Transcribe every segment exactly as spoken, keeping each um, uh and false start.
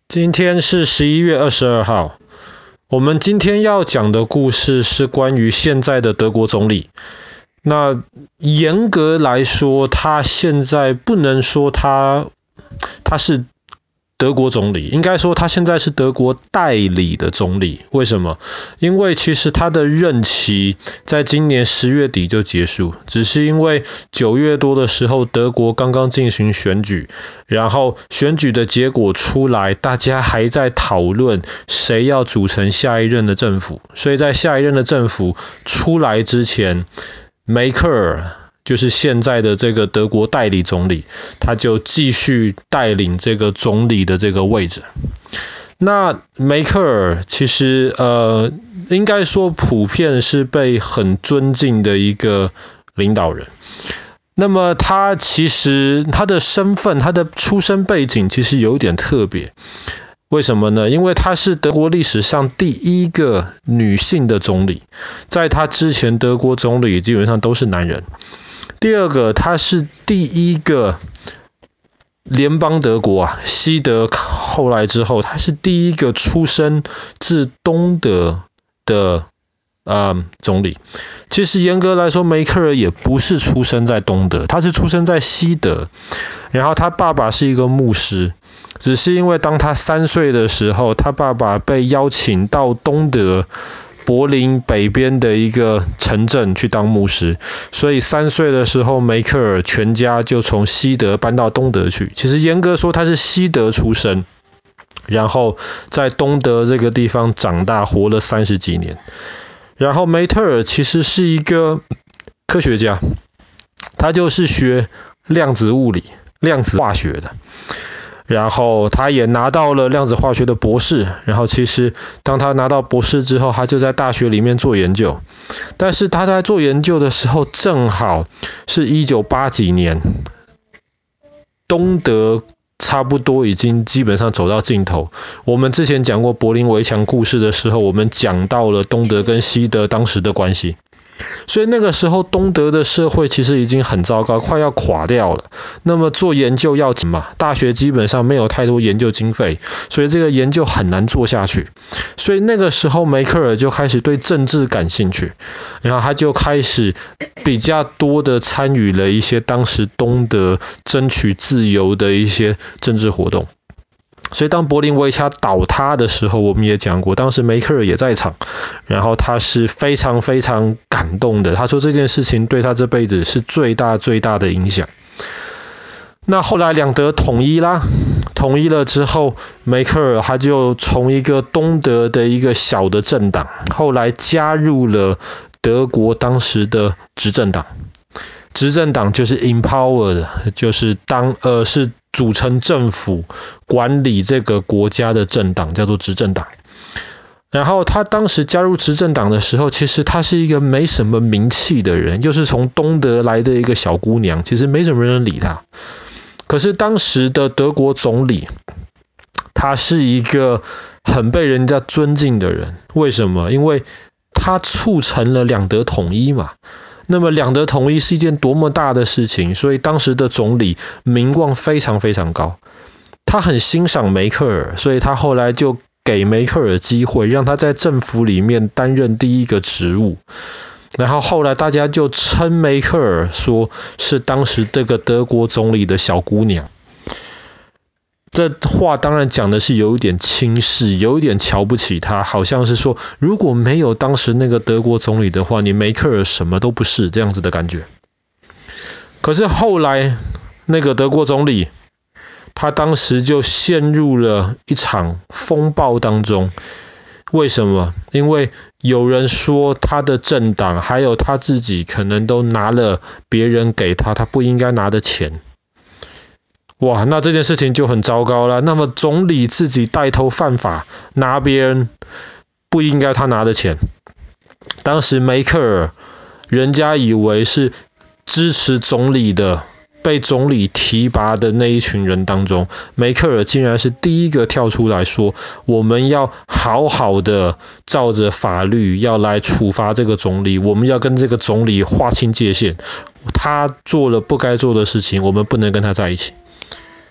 今天是十一月二十二号，我们今天要讲的故事是关于现在的德国总理。那严格来说，他现在不能说他他是德国总理，应该说他现在是德国代理的总理。为什么？因为其实他的任期在今年十月底就结束，只是因为九月多的时候德国刚刚进行选举，然后选举的结果出来，大家还在讨论谁要组成下一任的政府，所以在下一任的政府出来之前，梅克尔就是现在的这个德国代理总理，他就继续带领这个总理的这个位置。那梅克尔其实呃，应该说普遍是被很尊敬的一个领导人。那么他其实他的身份，他的出身背景其实有一点特别。为什么呢？因为她是德国历史上第一个女性的总理，在她之前德国总理基本上都是男人。第二个，她是第一个联邦德国啊，西德后来之后，她是第一个出生自东德的呃总理。其实严格来说，梅克尔也不是出生在东德，他是出生在西德，然后他爸爸是一个牧师。只是因为当他三岁的时候，他爸爸被邀请到东德柏林北边的一个城镇去当牧师，所以三岁的时候，梅克尔全家就从西德搬到东德去。其实严格说他是西德出生，然后在东德这个地方长大，活了三十几年。然后梅特尔其实是一个科学家，他就是学量子物理、量子化学的。然后他也拿到了量子化学的博士，然后其实当他拿到博士之后，他就在大学里面做研究。但是他在做研究的时候，正好是一九八几年，东德差不多已经基本上走到尽头。我们之前讲过柏林围墙故事的时候，我们讲到了东德跟西德当时的关系。所以那个时候东德的社会其实已经很糟糕，快要垮掉了。那么做研究要紧嘛，大学基本上没有太多研究经费，所以这个研究很难做下去。所以那个时候梅克尔就开始对政治感兴趣，然后他就开始比较多的参与了一些当时东德争取自由的一些政治活动。所以当柏林围墙倒塌的时候，我们也讲过，当时梅克尔也在场，然后他是非常非常感动的，他说这件事情对他这辈子是最大最大的影响。那后来两德统一啦，统一了之后，梅克尔他就从一个东德的一个小的政党，后来加入了德国当时的执政党。执政党就是 empowered， 就是当呃是组成政府管理这个国家的政党，叫做执政党。然后他当时加入执政党的时候，其实他是一个没什么名气的人，又是从东德来的一个小姑娘，其实没什么人理他。可是当时的德国总理，他是一个很被人家尊敬的人。为什么？因为他促成了两德统一嘛。那么两德统一是一件多么大的事情，所以当时的总理名望非常非常高。他很欣赏梅克尔，所以他后来就给梅克尔机会，让他在政府里面担任第一个职务。然后后来大家就称梅克尔说是当时这个德国总理的小姑娘。这话当然讲的是有一点轻视，有一点瞧不起他，好像是说如果没有当时那个德国总理的话，你梅克尔什么都不是，这样子的感觉。可是后来那个德国总理，他当时就陷入了一场风暴当中。为什么？因为有人说他的政党还有他自己可能都拿了别人给他他不应该拿的钱。哇，那这件事情就很糟糕了。那么总理自己带头犯法，拿别人不应该他拿的钱。当时梅克尔，人家以为是支持总理的，被总理提拔的那一群人当中，梅克尔竟然是第一个跳出来说，我们要好好的照着法律要来处罚这个总理，我们要跟这个总理划清界限，他做了不该做的事情，我们不能跟他在一起。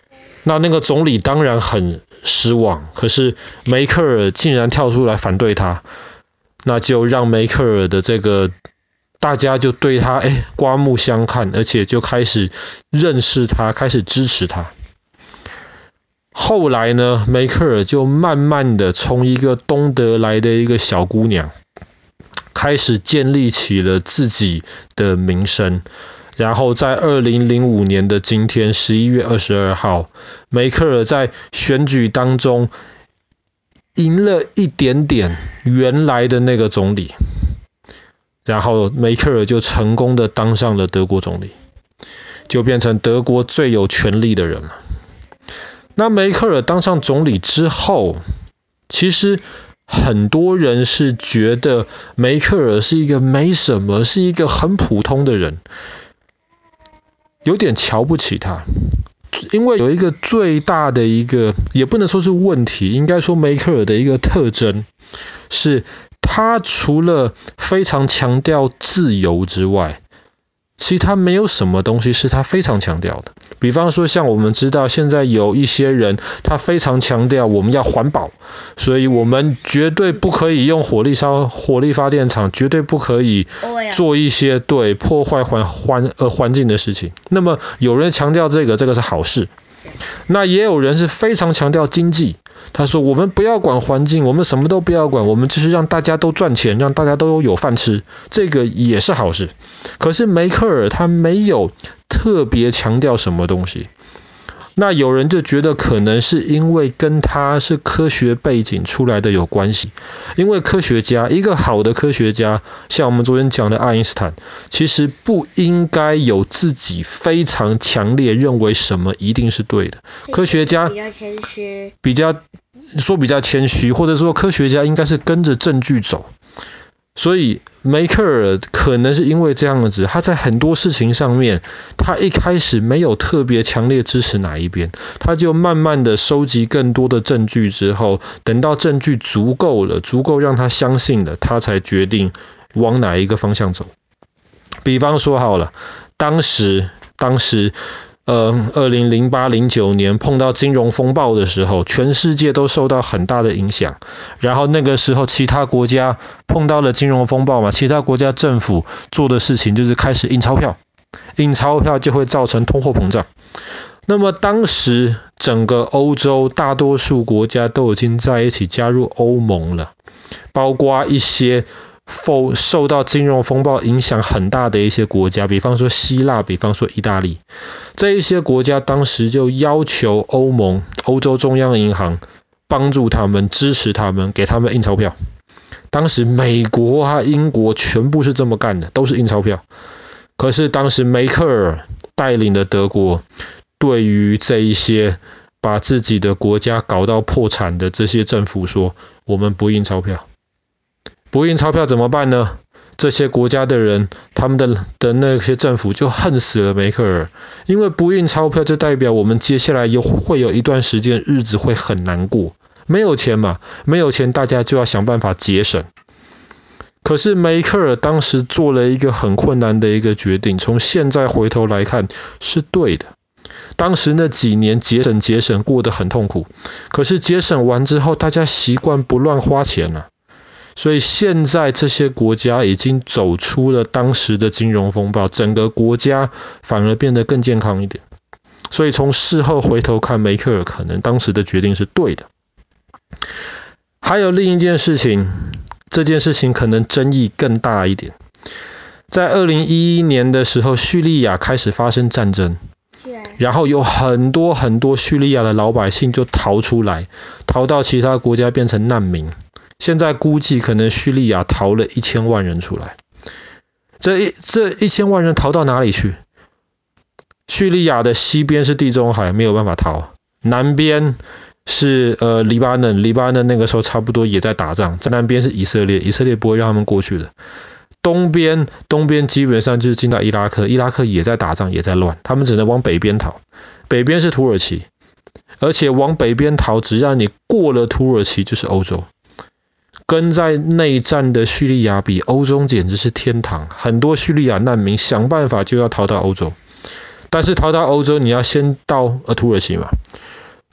那那个总理当然很失望，可是梅克尔竟然跳出来反对他，那就让梅克尔的这个大家就对他哎刮目相看，而且就开始认识他，开始支持他。后来呢，梅克尔就慢慢的从一个东德来的一个小姑娘，开始建立起了自己的名声。然后在二零零五年的今天十一月二十二号，梅克尔在选举当中赢了一点点原来的那个总理，然后梅克尔就成功的当上了德国总理，就变成德国最有权力的人了。那梅克尔当上总理之后，其实很多人是觉得梅克尔是一个没什么，是一个很普通的人，有点瞧不起他。因为有一个最大的一个，也不能说是问题，应该说梅克尔的一个特征是，他除了非常强调自由之外，其他没有什么东西是他非常强调的。比方说像我们知道现在有一些人他非常强调我们要环保，所以我们绝对不可以用火力烧火力发电厂，绝对不可以做一些对破坏环环呃环境的事情。那么有人强调这个这个是好事，那也有人是非常强调经济，他说我们不要管环境，我们什么都不要管，我们就是让大家都赚钱，让大家都有饭吃，这个也是好事。可是梅克尔他没有特别强调什么东西，那有人就觉得可能是因为跟他是科学背景出来的有关系。因为科学家，一个好的科学家，像我们昨天讲的爱因斯坦，其实不应该有自己非常强烈认为什么一定是对的。科学家比较谦虚，比较说比较谦虚，或者说科学家应该是跟着证据走。所以梅克尔可能是因为这样子，他在很多事情上面，他一开始没有特别强烈支持哪一边，他就慢慢的收集更多的证据之后，等到证据足够了，足够让他相信了，他才决定往哪一个方向走。比方说好了，当时当时呃，二零零八零九年碰到金融风暴的时候，全世界都受到很大的影响。然后那个时候其他国家碰到了金融风暴嘛，其他国家政府做的事情就是开始印钞票，印钞票就会造成通货膨胀。那么当时整个欧洲大多数国家都已经在一起加入欧盟了，包括一些受受到金融风暴影响很大的一些国家，比方说希腊，比方说意大利，这一些国家当时就要求欧盟、欧洲中央银行帮助他们，支持他们，给他们印钞票。当时美国啊、英国全部是这么干的，都是印钞票。可是当时梅克尔带领的德国，对于这一些把自己的国家搞到破产的这些政府说，我们不印钞票。不印钞票怎么办呢？这些国家的人，他们的的那些政府就恨死了梅克尔，因为不印钞票就代表我们接下来有会有一段时间日子会很难过，没有钱嘛，没有钱大家就要想办法节省。可是梅克尔当时做了一个很困难的一个决定，从现在回头来看是对的。当时那几年节省节省过得很痛苦，可是节省完之后，大家习惯不乱花钱了。所以现在这些国家已经走出了当时的金融风暴，整个国家反而变得更健康一点。所以从事后回头看，梅克尔可能当时的决定是对的。还有另一件事情，这件事情可能争议更大一点。在二零一一年的时候，叙利亚开始发生战争，然后有很多很多叙利亚的老百姓就逃出来，逃到其他国家变成难民。现在估计可能叙利亚逃了一千万人出来，这一这一千万人逃到哪里去？叙利亚的西边是地中海，没有办法逃；南边是呃黎巴嫩，黎巴嫩那个时候差不多也在打仗，在南边是以色列，以色列不会让他们过去的。东边东边基本上就是进到伊拉克，伊拉克也在打仗，也在乱，他们只能往北边逃。北边是土耳其，而且往北边逃，只要你过了土耳其就是欧洲。跟在内战的叙利亚比，欧洲简直是天堂。很多叙利亚难民想办法就要逃到欧洲，但是逃到欧洲你要先到呃土耳其嘛，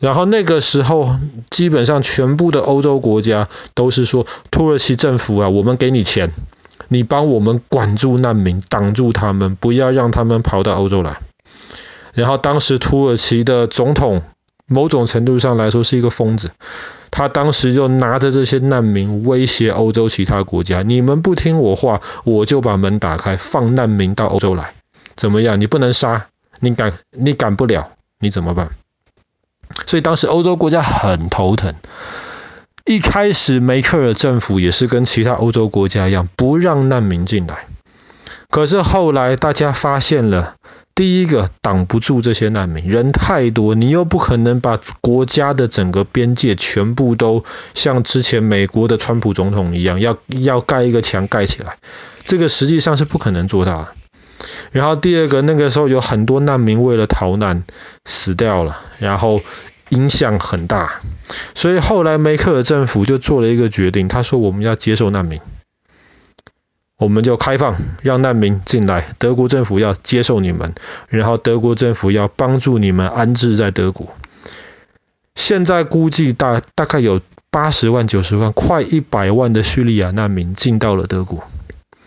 然后那个时候基本上全部的欧洲国家都是说，土耳其政府啊，我们给你钱，你帮我们管住难民，挡住他们，不要让他们跑到欧洲来。然后当时土耳其的总统某种程度上来说是一个疯子，他当时就拿着这些难民威胁欧洲其他国家，你们不听我话，我就把门打开，放难民到欧洲来，怎么样？你不能杀，你赶你赶不了，你怎么办？所以当时欧洲国家很头疼。一开始梅克尔政府也是跟其他欧洲国家一样，不让难民进来。可是后来大家发现了，第一个挡不住这些难民，人太多，你又不可能把国家的整个边界全部都像之前美国的川普总统一样，要要盖一个墙盖起来，这个实际上是不可能做到的。然后第二个，那个时候有很多难民为了逃难死掉了，然后影响很大，所以后来梅克尔政府就做了一个决定，他说我们要接受难民，我们就开放让难民进来，德国政府要接受你们，然后德国政府要帮助你们安置在德国。现在估计大大概有八十万、九十万、快一百万的叙利亚难民进到了德国，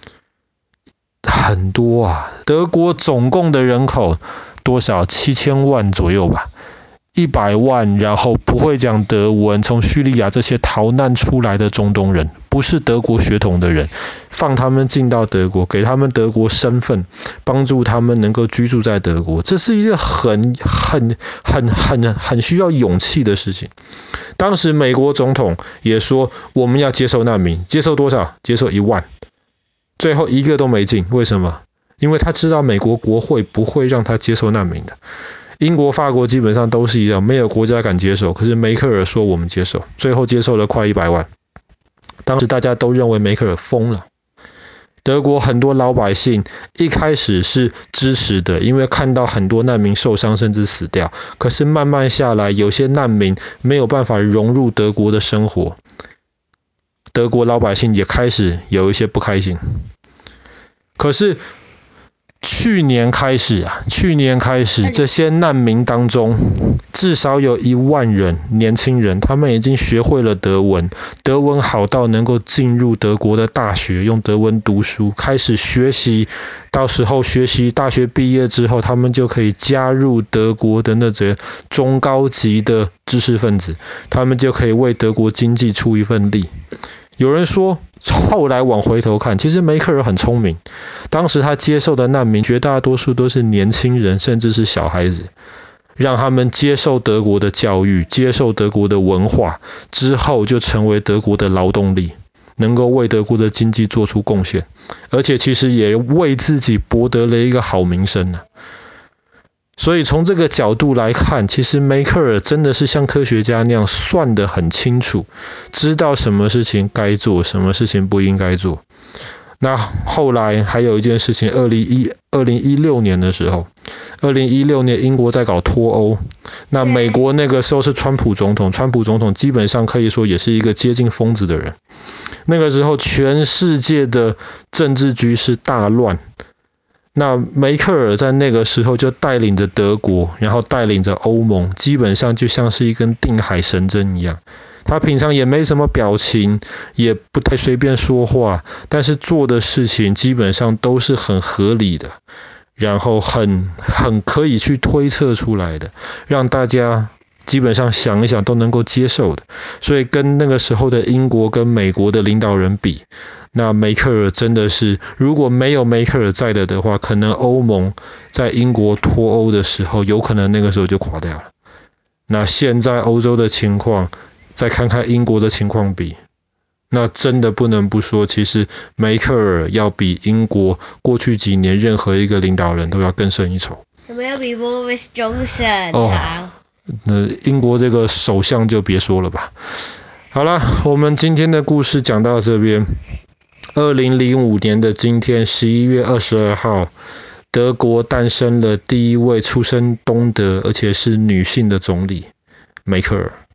很多啊！德国总共的人口多少？七千万左右吧。一百万，然后不会讲德文，从叙利亚这些逃难出来的中东人，不是德国血统的人，放他们进到德国，给他们德国身份，帮助他们能够居住在德国，这是一个很很很很很需要勇气的事情。当时美国总统也说，我们要接受难民，接受多少？接受一万，最后一个都没进，为什么？因为他知道美国国会不会让他接受难民的。英国、法国基本上都是一样，没有国家敢接受，可是梅克尔说我们接受，最后接受了快一百万。当时大家都认为梅克尔疯了。德国很多老百姓一开始是支持的，因为看到很多难民受伤甚至死掉，可是慢慢下来，有些难民没有办法融入德国的生活，德国老百姓也开始有一些不开心。可是去年开始啊，去年开始，这些难民当中，至少有一万人年轻人，他们已经学会了德文，德文好到能够进入德国的大学，用德文读书，开始学习，到时候学习大学毕业之后，他们就可以加入德国的那些中高级的知识分子，他们就可以为德国经济出一份力。有人说，后来往回头看，其实梅克尔很聪明。当时他接受的难民绝大多数都是年轻人，甚至是小孩子，让他们接受德国的教育，接受德国的文化，之后就成为德国的劳动力，能够为德国的经济做出贡献，而且其实也为自己博得了一个好名声呢。所以从这个角度来看，其实梅克尔真的是像科学家那样算得很清楚，知道什么事情该做，什么事情不应该做。那后来还有一件事情，二零一六年的时候，二零一六年英国在搞脱欧，那美国那个时候是川普总统，川普总统基本上可以说也是一个接近疯子的人。那个时候全世界的政治局势大乱，那梅克尔在那个时候就带领着德国，然后带领着欧盟，基本上就像是一根定海神针一样。他平常也没什么表情，也不太随便说话，但是做的事情基本上都是很合理的，然后很很可以去推测出来的，让大家基本上想一想都能够接受的。所以跟那个时候的英国跟美国的领导人比，那梅克尔真的是，如果没有梅克尔在的的话，可能欧盟在英国脱欧的时候，有可能那个时候就垮掉了。那现在欧洲的情况，再看看英国的情况比，那真的不能不说，其实梅克尔要比英国过去几年任何一个领导人都要更胜一筹。 有没有比 Boris Johnson 哦，那英国这个首相就别说了吧。好了，我们今天的故事讲到这边。二零零五年的今天，十一月二十二号，德国诞生了第一位出身东德而且是女性的总理，梅克尔。